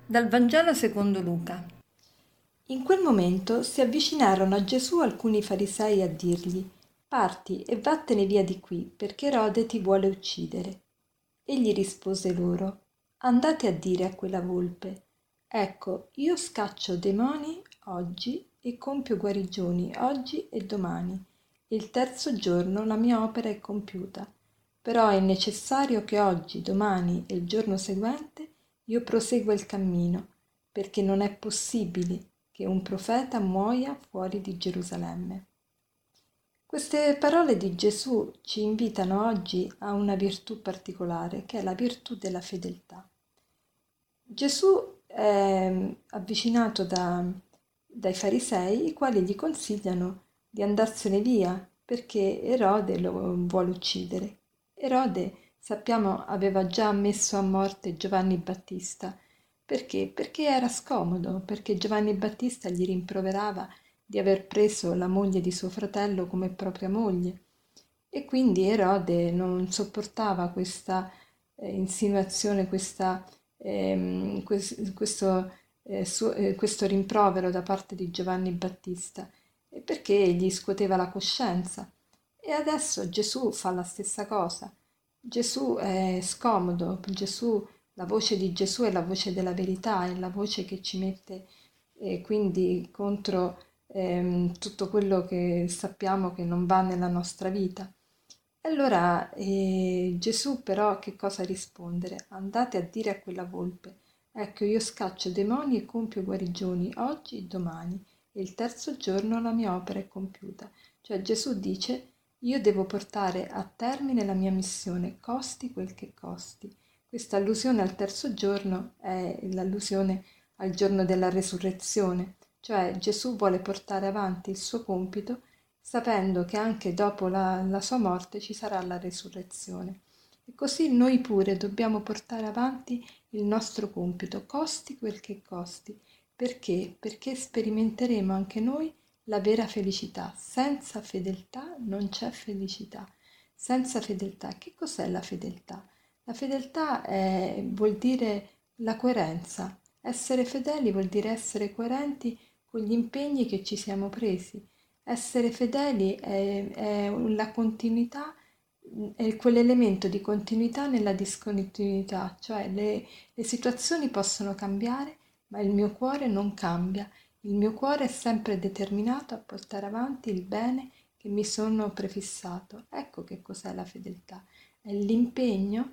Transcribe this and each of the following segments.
Dal Vangelo secondo Luca. In quel momento si avvicinarono a Gesù alcuni farisei a dirgli: «Parti e vattene via di qui, perché Erode ti vuole uccidere». Egli rispose loro: «Andate a dire a quella volpe: ecco, io scaccio demoni oggi e compio guarigioni oggi e domani, e il terzo giorno la mia opera è compiuta. Però è necessario che oggi, domani e il giorno seguente io prosegua il cammino, perché non è possibile che un profeta muoia fuori di Gerusalemme». Queste parole di Gesù ci invitano oggi a una virtù particolare, che è la virtù della fedeltà. Gesù è avvicinato dai farisei, i quali gli consigliano di andarsene via perché Erode lo vuole uccidere. Erode, sappiamo, aveva già messo a morte Giovanni Battista. Perché? Perché era scomodo, perché Giovanni Battista gli rimproverava di aver preso la moglie di suo fratello come propria moglie. E quindi Erode non sopportava questa insinuazione, questo rimprovero da parte di Giovanni Battista, perché gli scuoteva la coscienza. E adesso Gesù fa la stessa cosa. Gesù è scomodo, la voce di Gesù è la voce della verità, è la voce che ci mette quindi contro tutto quello che sappiamo che non va nella nostra vita. E allora Gesù però che cosa rispondere? Andate a dire a quella volpe: ecco, io scaccio demoni e compio guarigioni oggi e domani, e il terzo giorno la mia opera è compiuta. Cioè Gesù dice: io devo portare a termine la mia missione, costi quel che costi. Questa allusione al terzo giorno è l'allusione al giorno della resurrezione, cioè Gesù vuole portare avanti il suo compito sapendo che anche dopo la sua morte ci sarà la resurrezione. E così noi pure dobbiamo portare avanti il nostro compito, costi quel che costi. Perché? Perché sperimenteremo anche noi la vera felicità. Senza fedeltà non c'è felicità. Senza fedeltà, che cos'è la fedeltà? La fedeltà vuol dire la coerenza. Essere fedeli vuol dire essere coerenti con gli impegni che ci siamo presi. Essere fedeli è la continuità, è quell'elemento di continuità nella discontinuità, cioè le situazioni possono cambiare, ma il mio cuore non cambia. Il mio cuore è sempre determinato a portare avanti il bene che mi sono prefissato. Ecco che cos'è la fedeltà. È l'impegno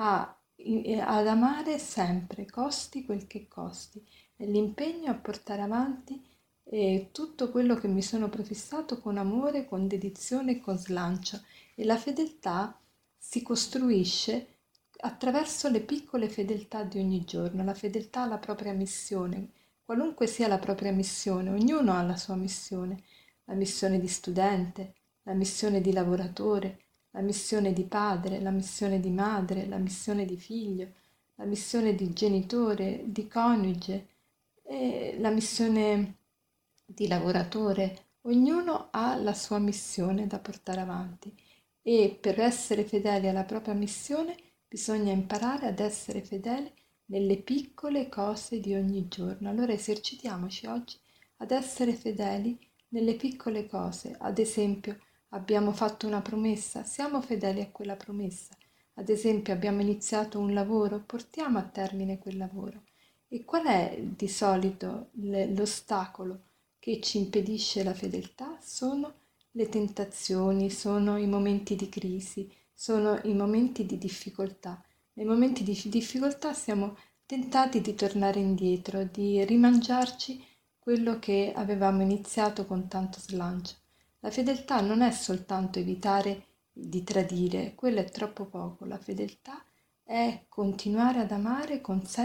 ad amare sempre, costi quel che costi. È l'impegno a portare avanti tutto quello che mi sono prefissato con amore, con dedizione e con slancio. E la fedeltà si costruisce attraverso le piccole fedeltà di ogni giorno, la fedeltà alla propria missione, qualunque sia la propria missione, ognuno ha la sua missione, la missione di studente, la missione di lavoratore, la missione di padre, la missione di madre, la missione di figlio, la missione di genitore, di coniuge, e la missione di lavoratore. Ognuno ha la sua missione da portare avanti e per essere fedeli alla propria missione bisogna imparare ad essere fedeli nelle piccole cose di ogni giorno. Allora esercitiamoci oggi ad essere fedeli nelle piccole cose. Ad esempio, abbiamo fatto una promessa, siamo fedeli a quella promessa. Ad esempio, abbiamo iniziato un lavoro, portiamo a termine quel lavoro. E qual è di solito l'ostacolo che ci impedisce la fedeltà? Sono le tentazioni, sono i momenti di crisi, sono i momenti di difficoltà. Nei momenti di difficoltà siamo tentati di tornare indietro, di rimangiarci quello che avevamo iniziato con tanto slancio. La fedeltà non è soltanto evitare di tradire, quello è troppo poco. La fedeltà è continuare ad amare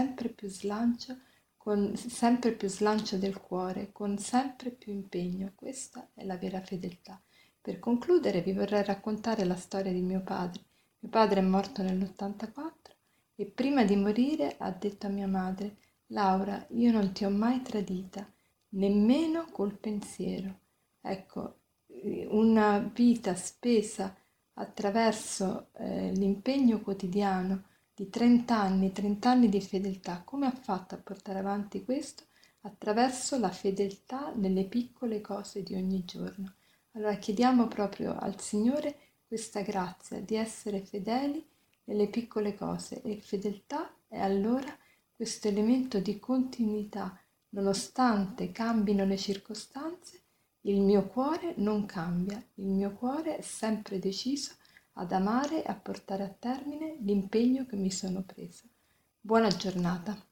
con sempre più slancio del cuore, con sempre più impegno. Questa è la vera fedeltà. Per concludere vi vorrei raccontare la storia di mio padre. Mio padre è morto nell'84 e prima di morire ha detto a mia madre: Laura, io non ti ho mai tradita, nemmeno col pensiero. Ecco, una vita spesa attraverso l'impegno quotidiano di 30 anni di fedeltà. Come ha fatto a portare avanti questo? Attraverso la fedeltà nelle piccole cose di ogni giorno. Allora chiediamo proprio al Signore questa grazia di essere fedeli nelle piccole cose, e fedeltà è allora questo elemento di continuità. Nonostante cambino le circostanze, il mio cuore non cambia, il mio cuore è sempre deciso ad amare e a portare a termine l'impegno che mi sono preso. Buona giornata.